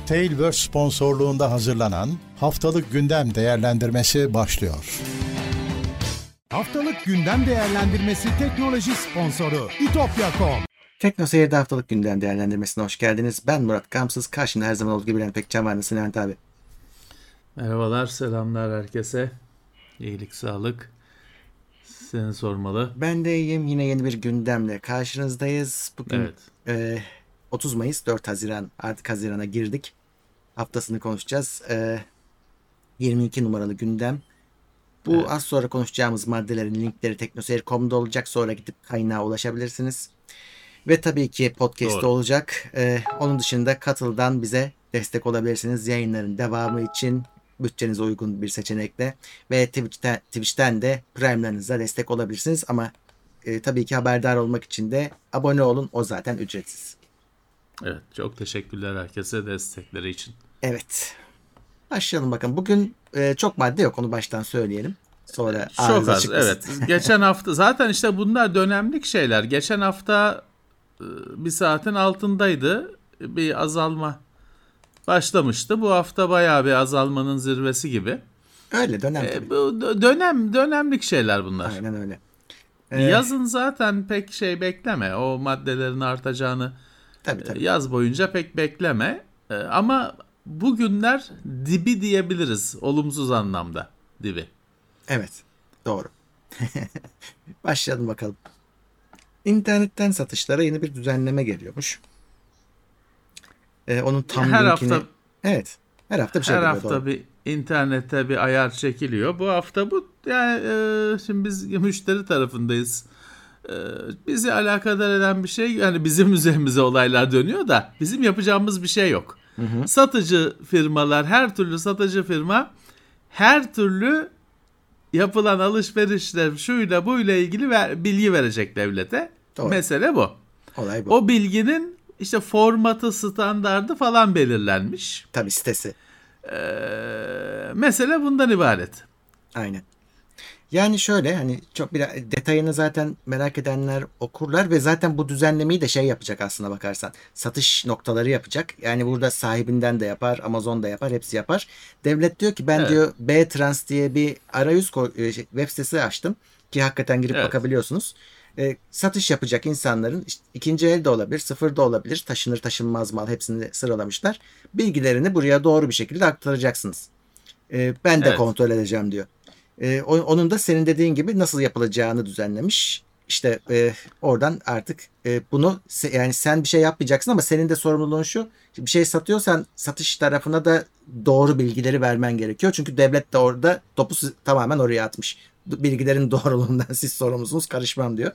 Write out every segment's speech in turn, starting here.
Tailverse sponsorluğunda hazırlanan Haftalık Gündem Değerlendirmesi başlıyor. Haftalık Gündem Değerlendirmesi teknoloji sponsoru itopya.com. Teknoseyir'de Haftalık Gündem Değerlendirmesi'ne hoş geldiniz. Ben Murat Gamsız. Karşımda her zaman olduğu gibi Bülent Pekcan var. Nasılsın Levent abi? Merhabalar, selamlar herkese. İyilik, sağlık. Seni sormalı. Ben de iyiyim. Yine yeni bir gündemle karşınızdayız. Bugün 30 Mayıs, 4 Haziran. Artık Haziran'a girdik. Haftasını konuşacağız. 22 numaralı gündem. Bu az sonra konuşacağımız maddelerin linkleri teknoseyir.com'da olacak. Sonra gidip kaynağa ulaşabilirsiniz. Ve tabii ki podcast'te olacak. Onun dışında Katı'dan bize destek olabilirsiniz. Yayınların devamı için bütçenize uygun bir seçenekle. Ve Twitch'ten de Prime'larınıza destek olabilirsiniz. Ama tabii ki haberdar olmak için de abone olun. O zaten ücretsiz. Evet, çok teşekkürler herkese destekleri için. Evet. Başlayalım bakalım. Bugün çok madde yok. Onu baştan söyleyelim. Sonra çok az, evet. Geçen hafta zaten işte bunlar dönemlik şeyler. Geçen hafta bir saatin altındaydı. Bir azalma başlamıştı. Bu hafta bayağı bir azalmanın zirvesi gibi. Öyle dönem. Bu dönemlik şeyler bunlar. Aynen öyle. Yazın zaten pek şey bekleme. O maddelerin artacağını tabii. Yaz boyunca pek bekleme. Ama bugünler dibi diyebiliriz. Olumsuz anlamda dibi. Evet. Doğru. Başlayalım bakalım. İnternetten satışlara yeni bir düzenleme geliyormuş. Onun tam her linkini... hafta Evet. Her hafta bir şey geliyor. Her hafta doğru. Bir internette bir ayar çekiliyor. Bu hafta bu yani şimdi biz müşteri tarafındayız. Bizi alakadar eden bir şey, yani bizim üzerimize olaylar dönüyor da bizim yapacağımız bir şey yok. Hı. Satıcı firmalar, her türlü satıcı firma her türlü yapılan alışverişler şuyla buyla ilgili bilgi verecek devlete. Doğru. Mesele bu. Olay bu. O bilginin işte formatı, standardı falan belirlenmiş. Tabii sitesi. Mesele bundan ibaret. Aynen. Yani şöyle, hani çok bir detayını zaten merak edenler okurlar ve zaten bu düzenlemeyi de yapacak aslına bakarsan. Satış noktaları yapacak. Yani burada sahibinden de yapar, Amazon da yapar, hepsi yapar. Devlet diyor ki ben diyor B-Trans diye bir arayüz web sitesi açtım ki hakikaten girip bakabiliyorsunuz. Satış yapacak insanların işte ikinci el de olabilir, sıfır da olabilir, taşınır taşınmaz mal hepsini sıralamışlar. Bilgilerini buraya doğru bir şekilde aktaracaksınız. Ben de kontrol edeceğim diyor. Onun da senin dediğin gibi nasıl yapılacağını düzenlemiş. İşte oradan artık bunu yani sen bir şey yapmayacaksın ama senin de sorumluluğun şu. Bir şey satıyorsan satış tarafına da doğru bilgileri vermen gerekiyor. Çünkü devlet de orada topu tamamen oraya atmış. Bilgilerin doğruluğundan siz sorumlusunuz, karışmam diyor.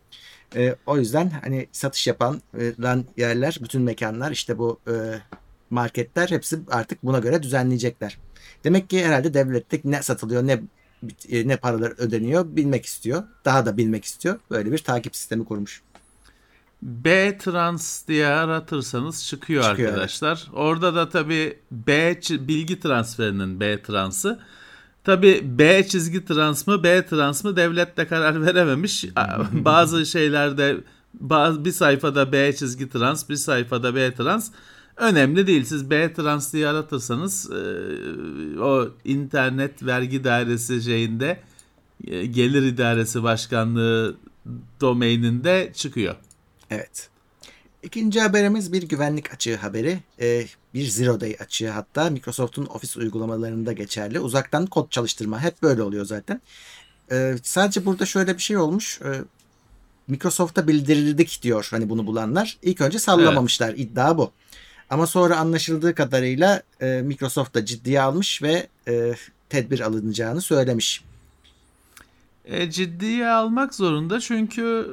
O yüzden hani satış yapan yerler, bütün mekanlar, işte bu marketler hepsi artık buna göre düzenleyecekler. Demek ki herhalde devlette ne satılıyor, ne paralar ödeniyor bilmek istiyor. Daha da bilmek istiyor. Böyle bir takip sistemi kurmuş. B-Trans diye aratırsanız çıkıyor arkadaşlar. Evet. Orada da tabii bilgi transferinin B-Trans'ı. Tabii B-trans mı B-Trans mı devlet de karar verememiş. Bazı şeylerde bir sayfada B-Trans, bir sayfada B-Trans. Önemli değil. Siz B-Trans diye aratırsanız o internet vergi dairesi gelir idaresi başkanlığı domaininde çıkıyor. Evet. İkinci haberimiz bir güvenlik açığı haberi. Bir Zero Day açığı, hatta Microsoft'un Office uygulamalarında geçerli. Uzaktan kod çalıştırma. Hep böyle oluyor zaten. Sadece burada şöyle bir şey olmuş. Microsoft'a bildirildik diyor hani bunu bulanlar. İlk önce sallamamışlar. Evet. İddia bu. Ama sonra anlaşıldığı kadarıyla Microsoft da ciddiye almış ve tedbir alınacağını söylemiş. Ciddiye almak zorunda çünkü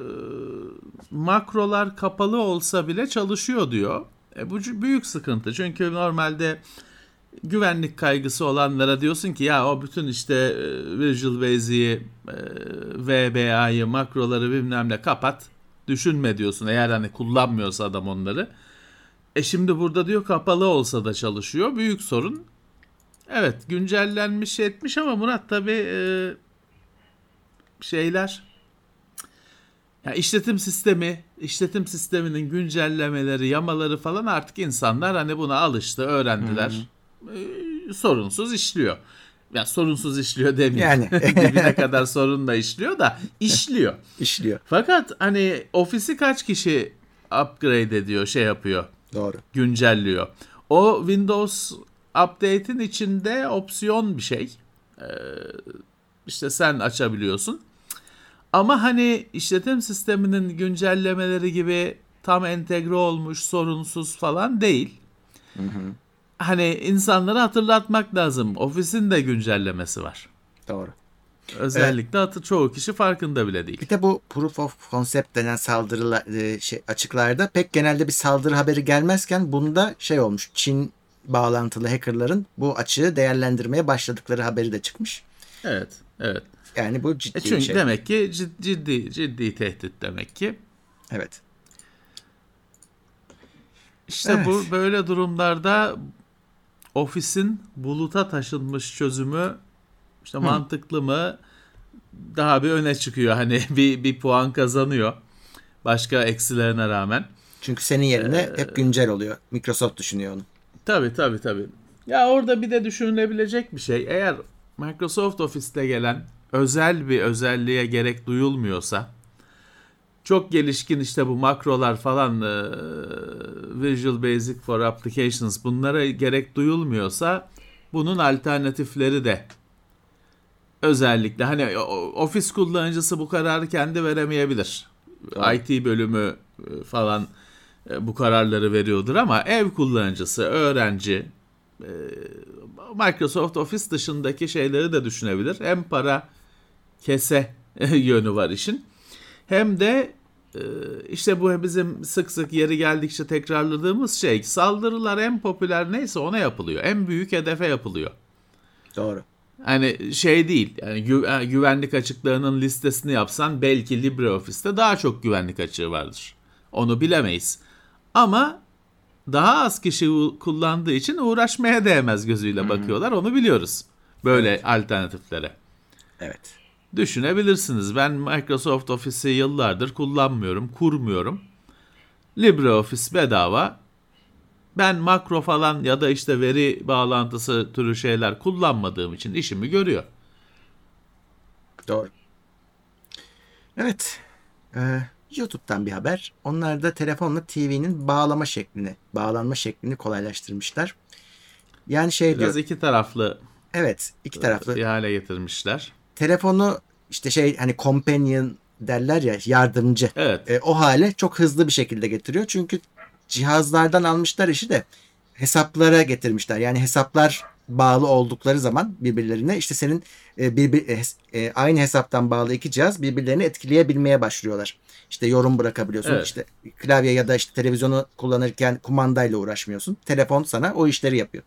makrolar kapalı olsa bile çalışıyor diyor. Bu büyük sıkıntı çünkü normalde güvenlik kaygısı olanlara diyorsun ki ya o bütün işte Visual Basic'i, VBA'yı, makroları bilmem ne kapat, düşünme diyorsun eğer hani kullanmıyorsa adam onları. Şimdi burada diyor kapalı olsa da çalışıyor. Büyük sorun. Evet, güncellenmiş etmiş ama Murat tabii şeyler Yani işletim sisteminin güncellemeleri, yamaları falan artık insanlar hani buna alıştı, öğrendiler. Sorunsuz işliyor. Ya sorunsuz işliyor demeyeyim. Yani. Dibine kadar sorunla işliyor da işliyor. İşliyor. Fakat hani ofisi kaç kişi upgrade ediyor, şey yapıyor. Doğru. Güncelliyor. O Windows Update'in içinde opsiyon bir şey. İşte sen açabiliyorsun. Ama hani işletim sisteminin güncellemeleri gibi tam entegre olmuş, sorunsuz falan değil. Hani insanlara hatırlatmak lazım. Ofisin de güncellemesi var. Doğru. Özellikle çoğu kişi farkında bile değil. Bir de bu proof of concept denen saldırılar açıklarda pek genelde bir saldırı haberi gelmezken bunda şey olmuş. Çin bağlantılı hackerların bu açığı değerlendirmeye başladıkları haberi de çıkmış. Evet. Yani bu ciddi Çünkü bir şey. demek ki ciddi tehdit demek ki. Evet. İşte Evet. bu böyle durumlarda ofisin buluta taşınmış çözümü işte mantıklı mı? Daha bir öne çıkıyor. Hani bir puan kazanıyor. Başka eksilerine rağmen. Çünkü senin yerine hep güncel oluyor. Microsoft düşünüyor onu. Tabii. Ya orada bir de düşünülebilecek bir şey. Eğer Microsoft Office'te gelen özel bir özelliğe gerek duyulmuyorsa, çok gelişkin işte bu makrolar falan, Visual Basic for Applications, bunlara gerek duyulmuyorsa bunun alternatifleri de, özellikle hani ofis kullanıcısı bu kararı kendi veremeyebilir. Doğru. IT bölümü falan bu kararları veriyordur ama ev kullanıcısı, öğrenci, Microsoft Office dışındaki şeyleri de düşünebilir. Hem para kese yönü var işin. Hem de işte bu bizim sık sık yeri geldikçe tekrarladığımız şey, saldırılar en popüler neyse ona yapılıyor. En büyük hedefe yapılıyor. Doğru. Hani şey değil, yani güvenlik açıklarının listesini yapsan belki LibreOffice'te daha çok güvenlik açığı vardır. Onu bilemeyiz. Ama daha az kişi kullandığı için uğraşmaya değmez gözüyle bakıyorlar. Onu biliyoruz. Böyle alternatiflere. Evet. Düşünebilirsiniz. Ben Microsoft Office'i yıllardır kullanmıyorum, kurmuyorum. LibreOffice bedava. Ben makro falan ya da işte veri bağlantısı türü şeyler kullanmadığım için işimi görüyor. Doğru. Evet. YouTube'dan bir haber. Onlar da telefonla TV'nin bağlanma şeklini kolaylaştırmışlar. Yani şey Biraz diyor. iki taraflı Evet, iki taraflı. bir hale getirmişler. Telefonu işte hani companion derler ya, yardımcı. Evet. O hale çok hızlı bir şekilde getiriyor. Çünkü cihazlardan almışlar işi de hesaplara getirmişler. Yani hesaplar bağlı oldukları zaman birbirlerine işte senin aynı hesaptan bağlı iki cihaz birbirlerini etkileyebilmeye başlıyorlar. İşte yorum bırakabiliyorsun. Evet. İşte klavye ya da işte televizyonu kullanırken kumandayla uğraşmıyorsun. Telefon sana o işleri yapıyor.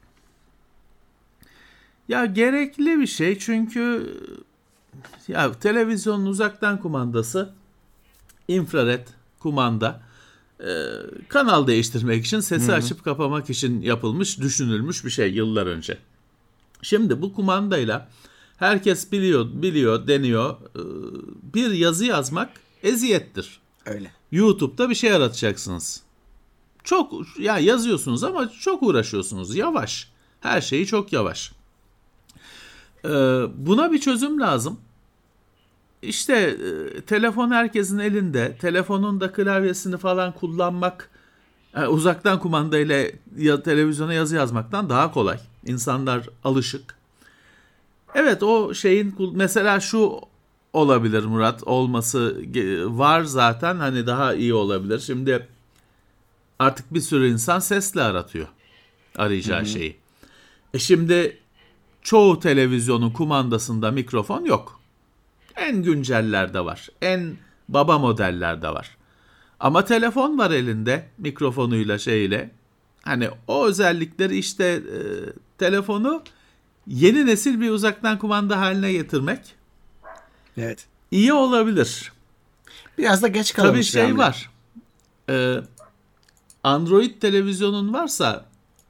Ya gerekli bir şey çünkü ya televizyonun uzaktan kumandası, infrared kumanda, kanal değiştirmek için, sesi açıp kapamak için yapılmış, düşünülmüş bir şey yıllar önce. Şimdi bu kumandayla herkes biliyor, deniyor. Bir yazı yazmak eziyettir. Öyle. YouTube'da bir şey aratacaksınız. Çok ya yazıyorsunuz ama çok uğraşıyorsunuz. Yavaş. Her şeyi çok yavaş. Buna bir çözüm lazım. İşte telefon herkesin elinde. Telefonun da klavyesini falan kullanmak uzaktan kumandayla televizyona yazı yazmaktan daha kolay. İnsanlar alışık. Evet, o şeyin mesela şu olabilir Murat, olması var zaten, hani daha iyi olabilir. Şimdi artık bir sürü insan sesle aratıyor arayacağı şeyi. Şimdi çoğu televizyonun kumandasında mikrofon yok. En güncellerde var. En baba modellerde var. Ama telefon var elinde, mikrofonuyla şeyle. Hani o özellikleri işte telefonu yeni nesil bir uzaktan kumanda haline getirmek Evet. iyi olabilir. Biraz da geç Tabii kalmış. şey var. Android televizyonun varsa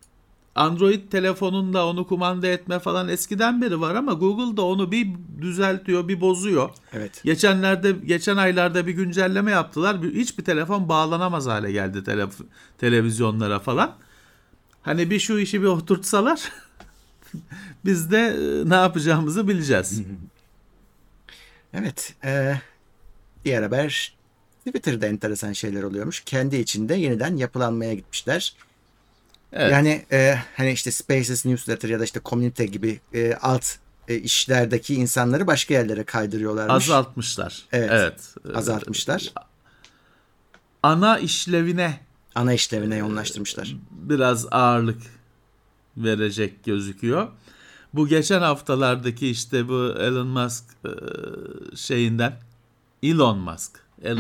Android telefonunda onu kumanda etme falan eskiden beri var ama Google da onu bir düzeltiyor, bir bozuyor. Evet. Geçen aylarda bir güncelleme yaptılar. Hiçbir telefon bağlanamaz hale geldi televizyonlara falan. Hani bir şu işi bir oturtsalar biz de ne yapacağımızı bileceğiz. Evet. Diğer haber, Twitter'da enteresan şeyler oluyormuş. Kendi içinde yeniden yapılanmaya gitmişler. Evet. Yani hani işte Spaces Newsletter ya da işte Community gibi alt işlerdeki insanları başka yerlere kaydırıyorlarmış. Azaltmışlar. Evet. Azaltmışlar. Ana işlevine yoğunlaştırmışlar. Biraz ağırlık verecek gözüküyor. Bu geçen haftalardaki işte bu Elon Musk Elon Musk.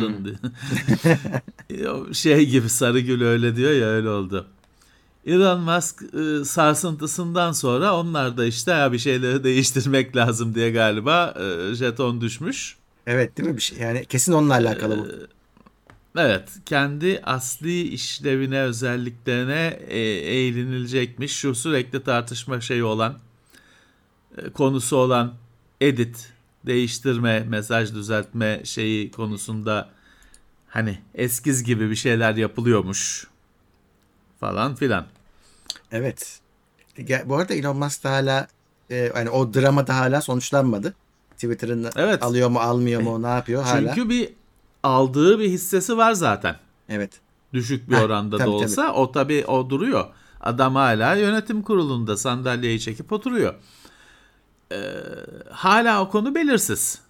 Şey gibi Sarıgül öyle diyor ya, öyle oldu. Elon Musk sarsıntısından sonra onlar da işte bir şeyleri değiştirmek lazım diye galiba jeton düşmüş. Evet, değil mi? Bir şey. Yani kesin onunla alakalı bu. Evet, kendi asli işlevine, özelliklerine eğlenilecekmiş. Şu sürekli tartışma şeyi olan, konusu olan edit, değiştirme, mesaj düzeltme şeyi konusunda hani eskiz gibi bir şeyler yapılıyormuş falan filan. Evet. Bu arada Elon Musk da hala yani o drama da hala sonuçlanmadı. Twitter'ın alıyor mu almıyor mu, ne yapıyor hala. Çünkü bir aldığı bir hissesi var zaten. Evet. Düşük bir oranda da olsa tabii. O tabii o duruyor. Adam hala yönetim kurulunda sandalyeyi çekip oturuyor. Hala o konu belirsiz.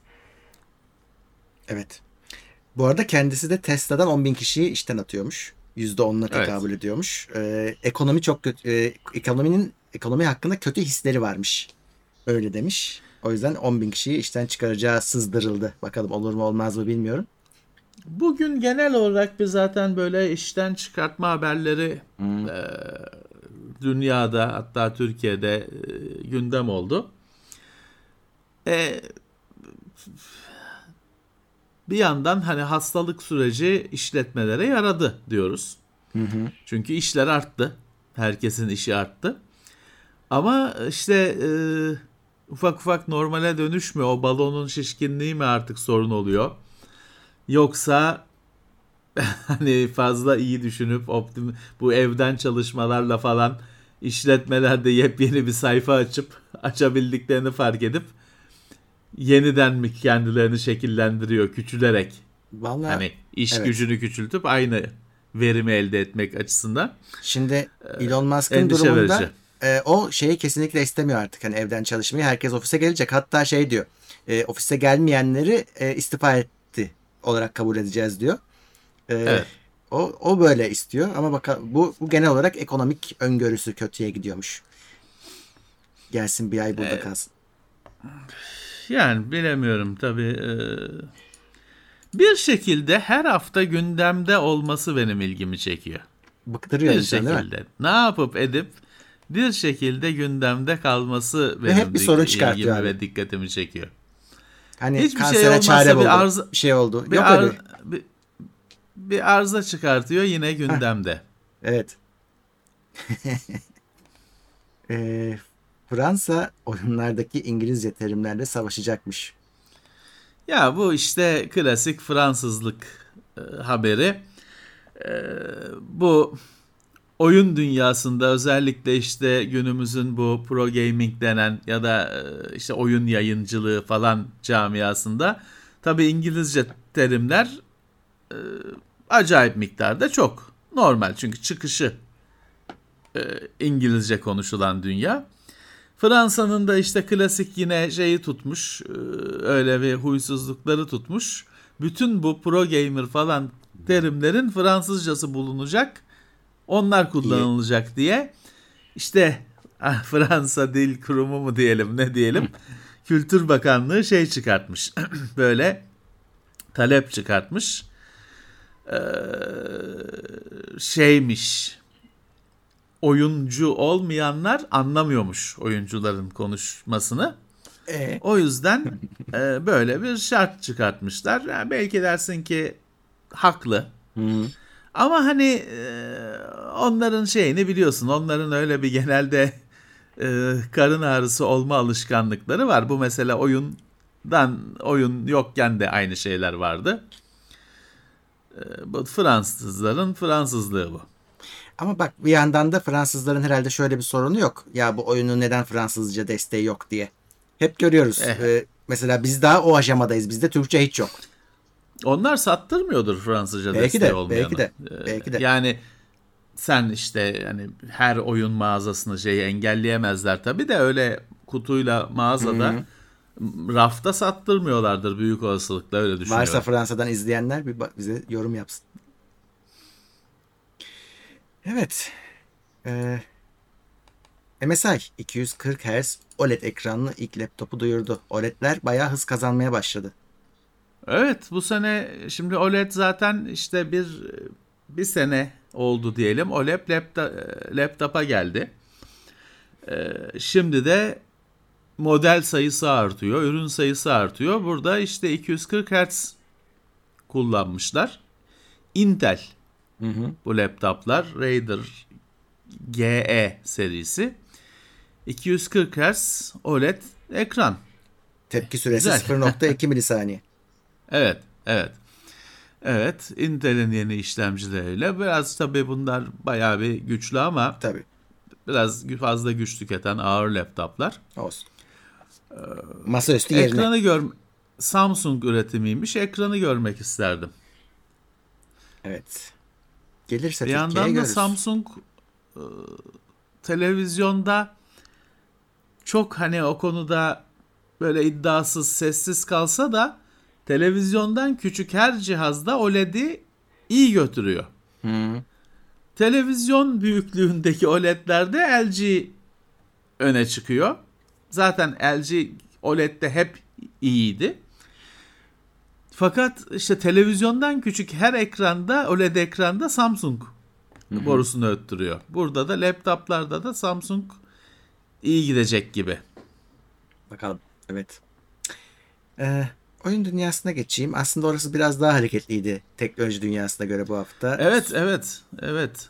Evet. Bu arada kendisi de Tesla'dan 10.000 kişiyi işten atıyormuş. %10'la tekabül ediyormuş. Ekonomi çok kötü. Ekonomi hakkında kötü hisleri varmış. Öyle demiş. O yüzden 10.000 kişiyi işten çıkaracağı sızdırıldı. Bakalım olur mu olmaz mı bilmiyorum. Bugün genel olarak bir zaten böyle işten çıkartma haberleri dünyada, hatta Türkiye'de gündem oldu. Bir yandan hani hastalık süreci işletmelere yaradı diyoruz. Çünkü işler arttı. Herkesin işi arttı. Ama işte ufak ufak normale dönüş mü, o balonun şişkinliği mi artık sorun oluyor? Yoksa hani fazla iyi düşünüp bu evden çalışmalarla falan işletmelerde yepyeni bir sayfa açabildiklerini fark edip yeniden mi kendilerini şekillendiriyor küçülerek? Vallahi, hani iş gücünü küçültüp aynı verimi elde etmek açısından. Şimdi Elon Musk'ın durumunda o şeyi kesinlikle istemiyor artık. Hani evden çalışmayı, herkes ofise gelecek. Hatta şey diyor, ofise gelmeyenleri istifa etti olarak kabul edeceğiz diyor. Evet. O böyle istiyor ama bakalım bu genel olarak ekonomik öngörüsü kötüye gidiyormuş. Gelsin bir ay burada kalsın. Yani bilemiyorum tabii. Bir şekilde her hafta gündemde olması benim ilgimi çekiyor. Bıktırıyor bir insan, değil mi? Ne yapıp edip bir şekilde gündemde kalması benim hep bir sorun çıkartıyor ilgimi abi. ve dikkatimi çekiyor. Hani hiçbir kansere şey olmazsa çare buldu. Bir şey oldu. Yok öyle. Bir arıza çıkartıyor yine gündemde. Evet. Fransa oyunlardaki İngilizce terimlerle savaşacakmış. Ya bu işte klasik Fransızlık haberi. Bu oyun dünyasında özellikle işte günümüzün bu pro gaming denen ya da işte oyun yayıncılığı falan camiasında tabii İngilizce terimler acayip miktarda çok normal, çünkü çıkışı İngilizce konuşulan dünya. Fransa'nın da işte klasik yine şeyi tutmuş, öyle bir huysuzlukları tutmuş. Bütün bu pro gamer falan terimlerin Fransızcası bulunacak, onlar kullanılacak diye işte Fransa Dil Kurumu mu diyelim, ne diyelim, Kültür Bakanlığı şey çıkartmış böyle talep çıkartmış. Şeymiş, oyuncu olmayanlar anlamıyormuş oyuncuların konuşmasını. O yüzden böyle bir şart çıkartmışlar. Yani belki dersin ki haklı. Ama hani onların şeyini biliyorsun. Onların öyle bir genelde karın ağrısı olma alışkanlıkları var. Bu mesela oyun yokken de aynı şeyler vardı. Bu Fransızların Fransızlığı bu. Ama bak bir yandan da Fransızların herhalde şöyle bir sorunu yok. Ya bu oyunun neden Fransızca desteği yok diye. Hep görüyoruz. Mesela biz daha o aşamadayız. Bizde Türkçe hiç yok. Onlar sattırmıyordur Fransızca desteği olmayanı. Belki de. Yani sen işte hani her oyun mağazasını engelleyemezler tabii de öyle kutuyla mağazada rafta sattırmıyorlardır büyük olasılıkla, öyle düşünüyorum. Varsa Fransa'dan izleyenler bize yorum yapsın. Evet. MSI 240 Hz OLED ekranlı ilk laptopu duyurdu. OLED'ler bayağı hız kazanmaya başladı. Evet, bu sene şimdi OLED zaten işte bir sene oldu diyelim. OLED laptopa geldi. Şimdi de model sayısı artıyor, ürün sayısı artıyor. Burada işte 240 Hz kullanmışlar. Intel bu laptoplar Raider GE serisi. 240 Hz OLED ekran. Tepki süresi Güzel. 0.2 milisaniye. Evet, Intel'in yeni işlemcileriyle biraz tabii bunlar bayağı bir güçlü ama Tabii. biraz fazla güç tüketen ağır laptoplar. Olsun. Masaüstü yerine. Samsung üretimiymiş. Ekranı görmek isterdim. Evet. Gelirse Bir Türkiye'ye yandan da görürüz. Samsung televizyonda çok hani o konuda böyle iddiasız, sessiz kalsa da televizyondan küçük her cihazda OLED'i iyi götürüyor. Televizyon büyüklüğündeki OLED'lerde LG öne çıkıyor. Zaten LG OLED'de hep iyiydi. Fakat işte televizyondan küçük her ekranda, OLED ekranda Samsung borusunu öttürüyor. Burada da laptoplarda da Samsung iyi gidecek gibi. Bakalım. Evet. Oyun dünyasına geçeyim. Aslında orası biraz daha hareketliydi teknoloji dünyasına göre bu hafta. Evet.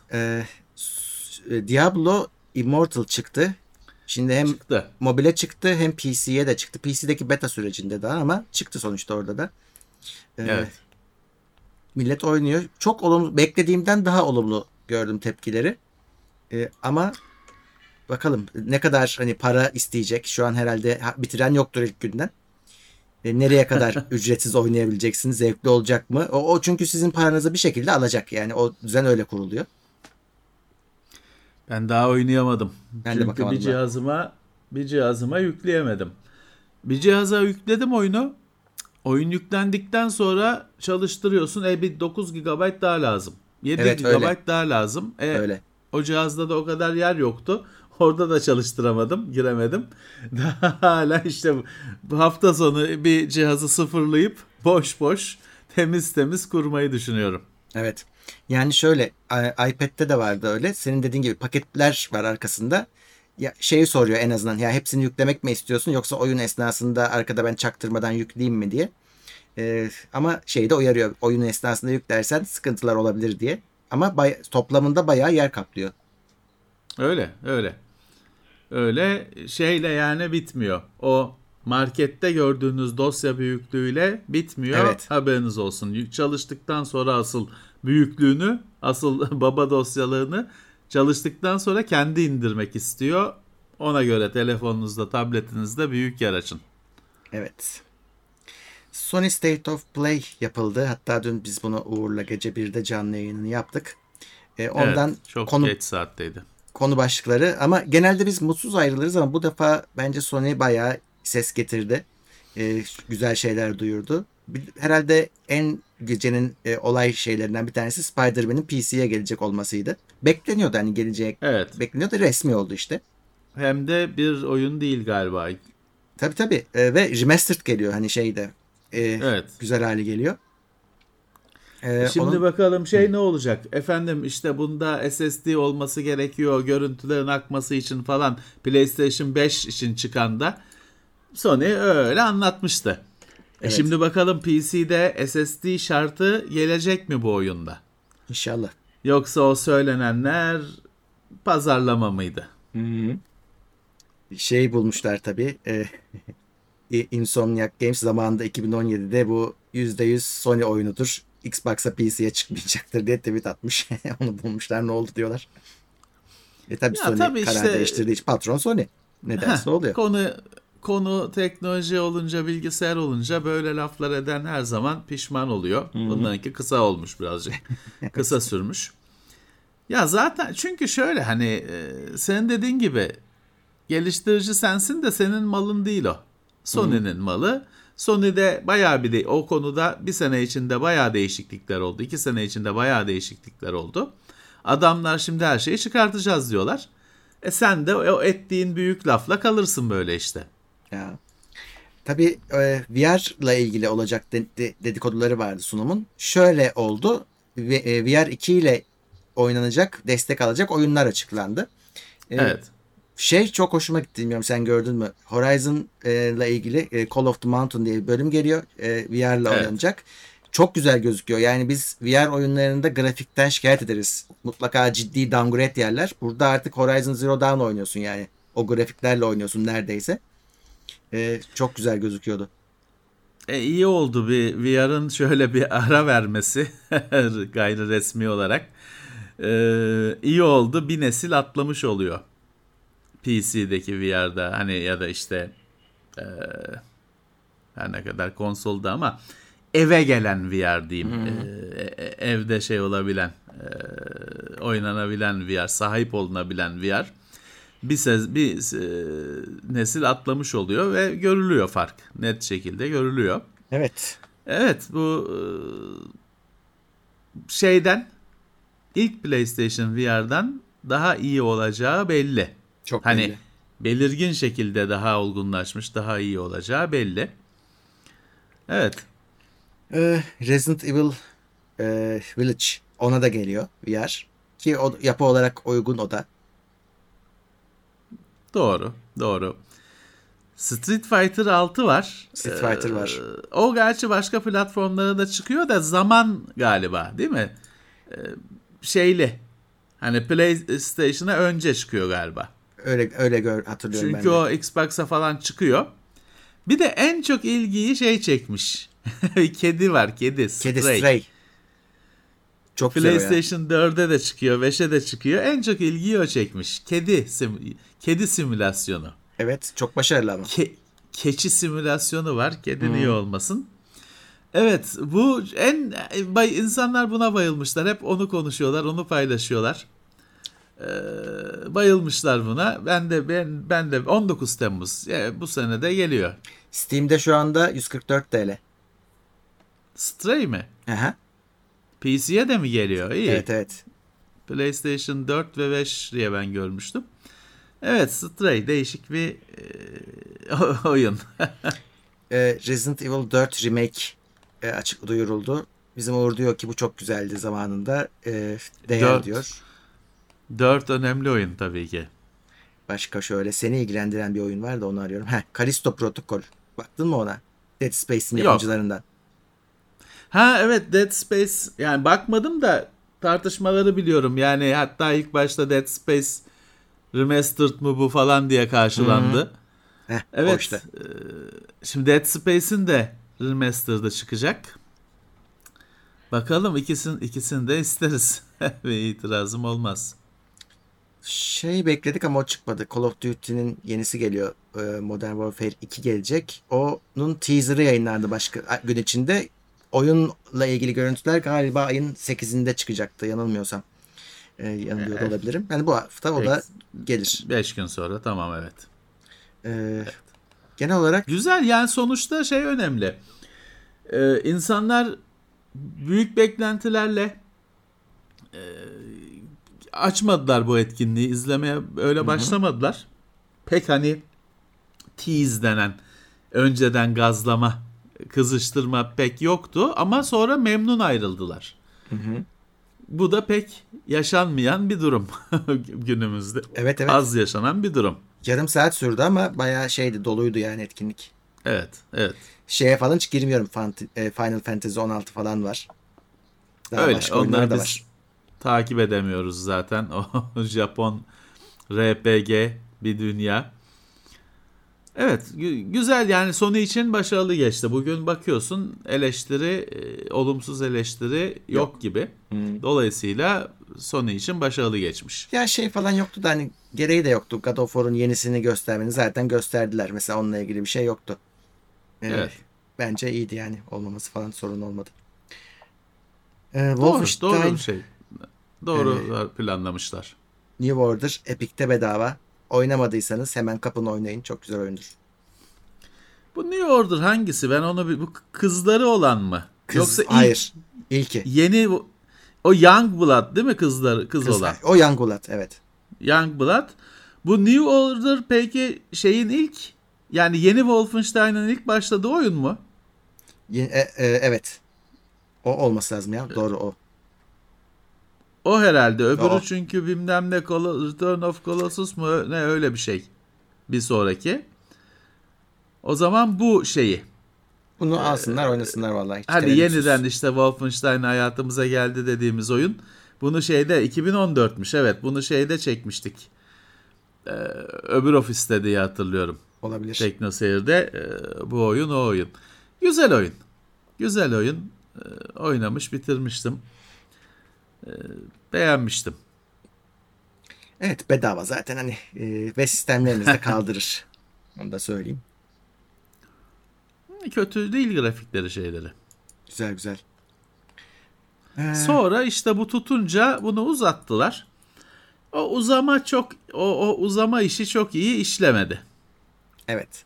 Diablo Immortal çıktı. Şimdi hem mobile çıktı hem PC'ye de çıktı. PC'deki beta sürecinde daha ama çıktı sonuçta orada da. Evet. Millet oynuyor. Çok olumlu, beklediğimden daha olumlu gördüm tepkileri. Ama bakalım ne kadar hani para isteyecek. Şu an herhalde bitiren yoktur ilk günden. Nereye kadar ücretsiz oynayabileceksiniz? Zevkli olacak mı? O çünkü sizin paranızı bir şekilde alacak. Yani o düzen öyle kuruluyor. Ben daha oynayamadım. Ben de Çünkü bakamadım bir cihazıma yükleyemedim. Bir cihaza yükledim oyunu. Oyun yüklendikten sonra çalıştırıyorsun. Bir 9 GB daha lazım. 7 Evet, GB öyle. daha lazım. Öyle. O cihazda da o kadar yer yoktu. Orada da çalıştıramadım, giremedim. Hala işte bu hafta sonu bir cihazı sıfırlayıp boş temiz kurmayı düşünüyorum. Evet. Yani şöyle iPad'de de vardı öyle. Senin dediğin gibi paketler var arkasında. Ya şeyi soruyor en azından. Ya hepsini yüklemek mi istiyorsun yoksa oyun esnasında arkada ben çaktırmadan yükleyeyim mi diye. Ama şeyi de uyarıyor. Oyun esnasında yüklersen sıkıntılar olabilir diye. Ama toplamında bayağı yer kaplıyor. Öyle şeyle yani bitmiyor. O markette gördüğünüz dosya büyüklüğüyle bitmiyor. Evet. Haberiniz olsun. Çalıştıktan sonra asıl büyüklüğünü, asıl baba dosyalarını çalıştıktan sonra kendi indirmek istiyor. Ona göre telefonunuzda, tabletinizde büyük yer açın. Evet. Sony State of Play yapıldı. Hatta dün biz bunu Uğur'la gece 1'de canlı yayınını yaptık. Ondan çok geç saatteydi. Konu başlıkları ama genelde biz mutsuz ayrılırız ama bu defa bence Sony bayağı ses getirdi. Güzel şeyler duyurdu. Herhalde en gecenin olay şeylerinden bir tanesi Spider-Man'in PC'ye gelecek olmasıydı. Bekleniyordu hani gelecek. Evet. Bekleniyordu, resmi oldu işte. Hem de bir oyun değil galiba. Tabii. Ve remastered geliyor hani şeyde. Evet. Güzel hali geliyor. Şimdi bakalım ne olacak? Efendim işte bunda SSD olması gerekiyor görüntülerin akması için falan. PlayStation 5 için çıkan da Sony öyle anlatmıştı. Evet. Şimdi bakalım PC'de SSD şartı gelecek mi bu oyunda? İnşallah. Yoksa o söylenenler pazarlama mıydı? Şey bulmuşlar tabii. Insomniac Games zamanında 2017'de bu %100 Sony oyunudur. Xbox'a PC'ye çıkmayacaktır diye tweet atmış. Onu bulmuşlar, ne oldu diyorlar. Tabii Ya Sony tabii karar işte, değiştirdiği için patron Sony. Ne derse oluyor. Konu teknoloji olunca, bilgisayar olunca böyle laflar eden her zaman pişman oluyor. Bunlarınki kısa olmuş birazcık. Kısa sürmüş. Ya zaten çünkü şöyle hani senin dediğin gibi geliştirici sensin de senin malın değil o. Sony'nin malı. Sony'de bayağı o konuda bir sene içinde bayağı değişiklikler oldu. 2 sene içinde bayağı değişiklikler oldu. Adamlar şimdi her şeyi çıkartacağız diyorlar. Sen de o ettiğin büyük lafla kalırsın böyle işte. Ya. Tabii VR'la ilgili olacak dedikoduları vardı sunumun. Şöyle oldu. VR 2 ile oynanacak, destek alacak oyunlar açıklandı. Evet. Çok hoşuma gitti, bilmiyorum sen gördün mü? Horizon'la ilgili Call of the Mountain diye bir bölüm geliyor. VR'la oynanacak. Çok güzel gözüküyor. Yani biz VR oyunlarında grafikten şikayet ederiz. Mutlaka ciddi downgrade yerler. Burada artık Horizon Zero Dawn oynuyorsun yani. O grafiklerle oynuyorsun neredeyse. Çok güzel gözüküyordu. İyi oldu bir VR'ın şöyle bir ara vermesi gayri resmi olarak. İyi oldu. Bir nesil atlamış oluyor. PC'deki VR'da hani ya da işte her ne kadar konsolda ama eve gelen VR diyeyim. Evde şey olabilen, oynanabilen VR, sahip olunabilen VR bir nesil atlamış oluyor ve görülüyor fark. Net şekilde görülüyor. Evet. Evet, bu şeyden ilk PlayStation VR'dan daha iyi olacağı belli. Çok hani belli. Belirgin şekilde daha olgunlaşmış, daha iyi olacağı belli. Evet. Resident Evil Village ona da geliyor VR. Ki o yapı olarak uygun o da. Doğru. Street Fighter 6 var. Street Fighter var. O gerçi başka platformlara da çıkıyor da zaman galiba değil mi? Şeyli. Hani PlayStation'a önce çıkıyor galiba. Öyle hatırlıyorum çünkü ben de. o Xbox'a falan çıkıyor. Bir de en çok ilgiyi çekmiş. Kedi var. Kedi Stray. Çok güzel PlayStation 4'e de çıkıyor, 5'e de çıkıyor. En çok ilgiyi o çekmiş. Kedi simülasyonu. Evet, çok başarılı ama. Keçi simülasyonu var. Kedi niye olmasın? Evet, bu insanlar buna bayılmışlar. Hep onu konuşuyorlar, onu paylaşıyorlar. Bayılmışlar buna. Ben de 19 Temmuz bu sene de geliyor. Steam'de şu anda 144 TL. Stray mi? Aha. PC'ye de mi geliyor? İyi. Evet. PlayStation 4 ve 5 diye ben görmüştüm. Evet, Stray değişik bir oyun. Resident Evil 4 Remake açık duyuruldu. Bizim Uğur diyor ki bu çok güzeldi zamanında. Değer diyor. 4 önemli oyun tabii ki. Başka şöyle seni ilgilendiren bir oyun var da onu arıyorum. Callisto Protocol. Baktın mı ona? Dead Space'in yapımcılarından. Ha evet, Dead Space. Yani bakmadım da tartışmaları biliyorum. Yani hatta ilk başta Dead Space Remastered mı bu falan diye karşılandı. Evet. Işte. Şimdi Dead Space'in de Remastered'ı çıkacak. Bakalım ikisini de isteriz. Ve itirazım olmaz. Bekledik ama o çıkmadı. Call of Duty'nin yenisi geliyor. Modern Warfare 2 gelecek. Onun teaser'ı yayınlandı başka gün içinde. Oyunla ilgili görüntüler galiba ayın 8'inde çıkacaktı yanılmıyorsam. Yanılıyor da olabilirim. Yani bu hafta o da gelir. 5 gün sonra tamam evet. Evet. Genel olarak güzel yani sonuçta önemli. İnsanlar büyük beklentilerle açmadılar bu etkinliği. İzlemeye öyle başlamadılar. Pek hani tease denen önceden gazlama, kızıştırma pek yoktu ama sonra memnun ayrıldılar. Bu da pek yaşanmayan bir durum günümüzde. Evet. Az yaşanan bir durum. Yarım saat sürdü ama bayağı doluydu yani etkinlik. Evet. Falan hiç girmiyorum. Final Fantasy 16 falan var. Daha öyle. başka oyunlar da var. takip edemiyoruz zaten. O Japon RPG bir dünya. Evet, güzel yani, Sony için başarılı geçti. Bugün bakıyorsun eleştiri, olumsuz eleştiri yok gibi. Dolayısıyla Sony için başarılı geçmiş. Ya şey falan yoktu da hani gereği de yoktu. God of War'un yenisini göstermeni zaten gösterdiler. Mesela onunla ilgili bir şey yoktu. Evet. Bence iyiydi yani. Olmaması falan sorun olmadı. Doğru bir şey. Doğru planlamışlar. New Order Epic'te bedava. Oynamadıysanız hemen kapın oynayın. Çok güzel oyundur. Bu New Order hangisi? Ben onu bu kızları olan mı? Yoksa hayır. İlki. Yeni o Young Blood değil mi kız olan? O Young Blood, evet. Young Blood. Bu New Order peki şeyin ilk, yani yeni Wolfenstein'ın ilk başladığı oyun mu? Evet. O olması lazım ya. Doğru o. O herhalde. Öbürü O. çünkü bilmem ne Return of Colossus mu ne, öyle bir şey. Bir sonraki. O zaman bu şeyi. Bunu alsınlar oynasınlar vallahi. Hani yeniden işte Wolfenstein hayatımıza geldi dediğimiz oyun. Bunu şeyde 2014'müş, evet. Bunu şeyde çekmiştik. Öbür ofiste diye hatırlıyorum. Olabilir. Teknoseyir'de bu oyun o oyun. Güzel oyun. Güzel oyun. Oynamış bitirmiştim. Beğenmiştim. Evet, bedava zaten hani ve sistemlerinizde kaldırır. Onu da söyleyeyim. Kötü değil grafikleri, şeyleri. Güzel güzel. Sonra işte bu tutunca bunu uzattılar. O uzama işi çok iyi işlemedi. Evet.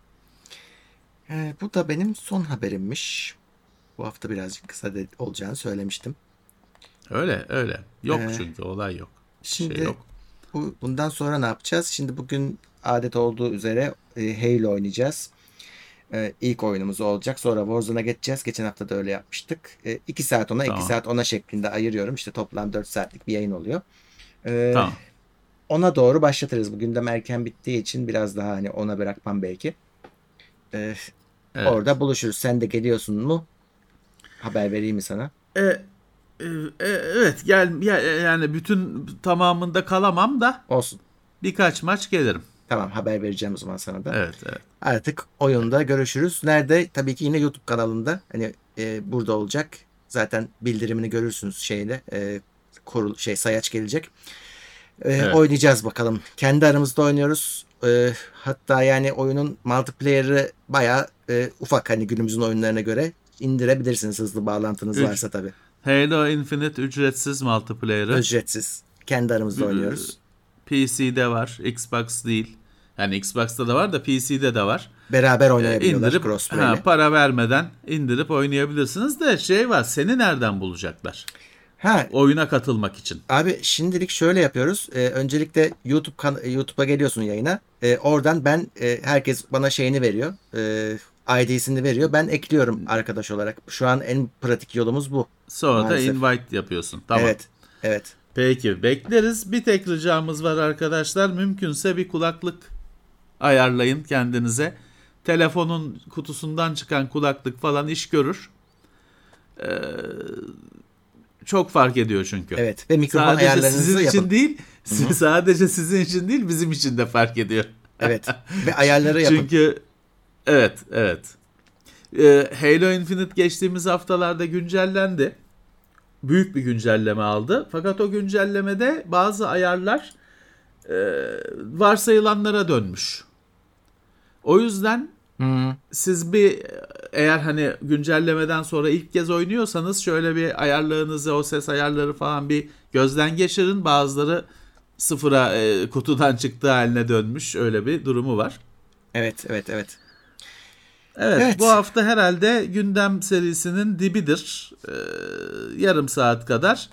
Bu da benim son haberimmiş. Bu hafta birazcık kısa olacağını söylemiştim. Öyle. Yok çünkü olay yok. Şimdi şey yok. Bundan sonra ne yapacağız? Şimdi bugün adet olduğu üzere Halo oynayacağız. İlk oyunumuz olacak. Sonra Warzone'a geçeceğiz. Geçen hafta da öyle yapmıştık. 2 saat ona, Tamam. 2 saat ona şeklinde ayırıyorum. İşte toplam 4 saatlik bir yayın oluyor. Tamam. Ona doğru başlatırız. Bu gündem erken bittiği için biraz daha hani ona bırakmam belki. Evet. Orada buluşuruz. Sen de geliyorsun mu? Haber vereyim mi sana? Evet, yani bütün tamamında kalamam da Olsun. birkaç maç gelirim. Tamam, haber vereceğim o zaman sana da. Evet. Artık oyunda görüşürüz. Nerede? Tabii ki yine YouTube kanalında. Hani burada olacak. Zaten bildirimini görürsünüz şeyle. Sayaç gelecek. Evet. Oynayacağız bakalım. Kendi aramızda oynuyoruz. Hatta yani oyunun multiplayer'ı bayağı ufak, hani günümüzün oyunlarına göre indirebilirsiniz hızlı bağlantınız varsa tabii. Halo Infinite ücretsiz multiplayer'ı. Ücretsiz. Kendi aramızda oynuyoruz. PC'de var, Xbox değil. Yani Xbox'ta da var da PC'de de var. Beraber oynayabiliyorlar İndirip crossplay. para vermeden indirip oynayabilirsiniz de şey var, seni nereden bulacaklar? Oyuna katılmak için. Abi şimdilik şöyle yapıyoruz. Öncelikle YouTube'a geliyorsun yayına. Oradan ben herkes bana şeyini veriyor. ID'sini veriyor. Ben ekliyorum arkadaş olarak. Şu an en pratik yolumuz bu. Sonra maalesef. da invite yapıyorsun. Tamam. Evet. Peki, bekleriz. Bir tek ricamız var arkadaşlar. Mümkünse bir kulaklık ayarlayın kendinize. Telefonun kutusundan çıkan kulaklık falan iş görür. Çok fark ediyor çünkü. Evet. Ve mikrofon sadece ayarlarınızı sizin yapın. için değil, sadece sizin için değil, bizim için de fark ediyor. Evet. Ve ayarları yapın. Çünkü evet. Halo Infinite geçtiğimiz haftalarda güncellendi. Büyük bir güncelleme aldı. Fakat o güncellemede bazı ayarlar varsayılanlara dönmüş. O yüzden siz eğer hani güncellemeden sonra ilk kez oynuyorsanız şöyle bir ayarlarınızı, o ses ayarları falan bir gözden geçirin. Bazıları sıfıra, kutudan çıktığı haline dönmüş. Öyle bir durumu var. Evet. Evet, bu hafta herhalde gündem serisinin dibidir. Yarım saat kadar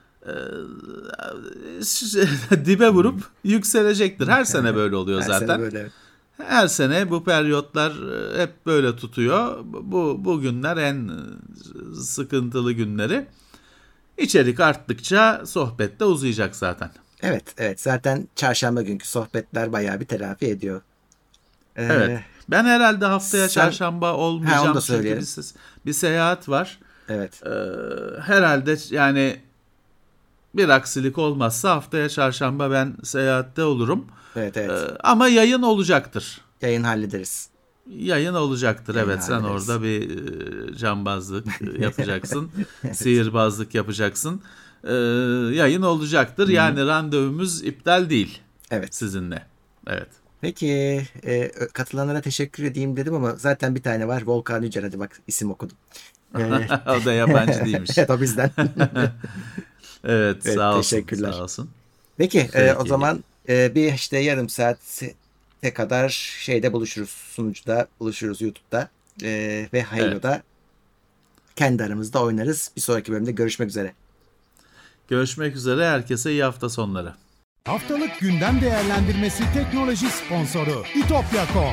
dibe vurup yükselecektir. Her sene böyle oluyor zaten. Her sene böyle. Her sene bu periyotlar hep böyle tutuyor. Bu günler en sıkıntılı günleri. İçerik arttıkça sohbet de uzayacak zaten. Evet. Zaten çarşamba günkü sohbetler bayağı bir telafi ediyor. Evet. Ben herhalde haftaya çarşamba olmayacağım. Onu da söyleyelim. Çünkü bir seyahat var. Evet. Herhalde yani Bir aksilik olmazsa haftaya çarşamba ben seyahatte olurum. Evet. Ama yayın olacaktır. Yayın hallederiz. Yayın olacaktır, Yayın evet. Sen hallederiz. orada bir cambazlık yapacaksın. Sihirbazlık yapacaksın. Yayın olacaktır. Yani randevumuz iptal değil. Evet. Sizinle. Evet. Peki katılanlara teşekkür edeyim dedim ama zaten bir tane var. Volkan Yücel, hadi bak isim okudum. O da yabancı değilmiş. Evet, o bizden. Evet, sağ olsun. Teşekkürler. Sağ olsun. Peki Peki. o zaman bir işte yarım saate kadar şeyde buluşuruz. Sunucuda buluşuruz, YouTube'da ve Halo'da kendi aramızda oynarız. Bir sonraki bölümde görüşmek üzere. Görüşmek üzere. Herkese iyi hafta sonları. Haftalık gündem değerlendirmesi teknoloji sponsoru itopya.com.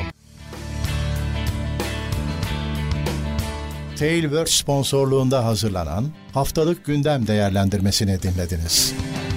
Tailwords sponsorluğunda hazırlanan Haftalık Gündem Değerlendirmesini dinlediniz.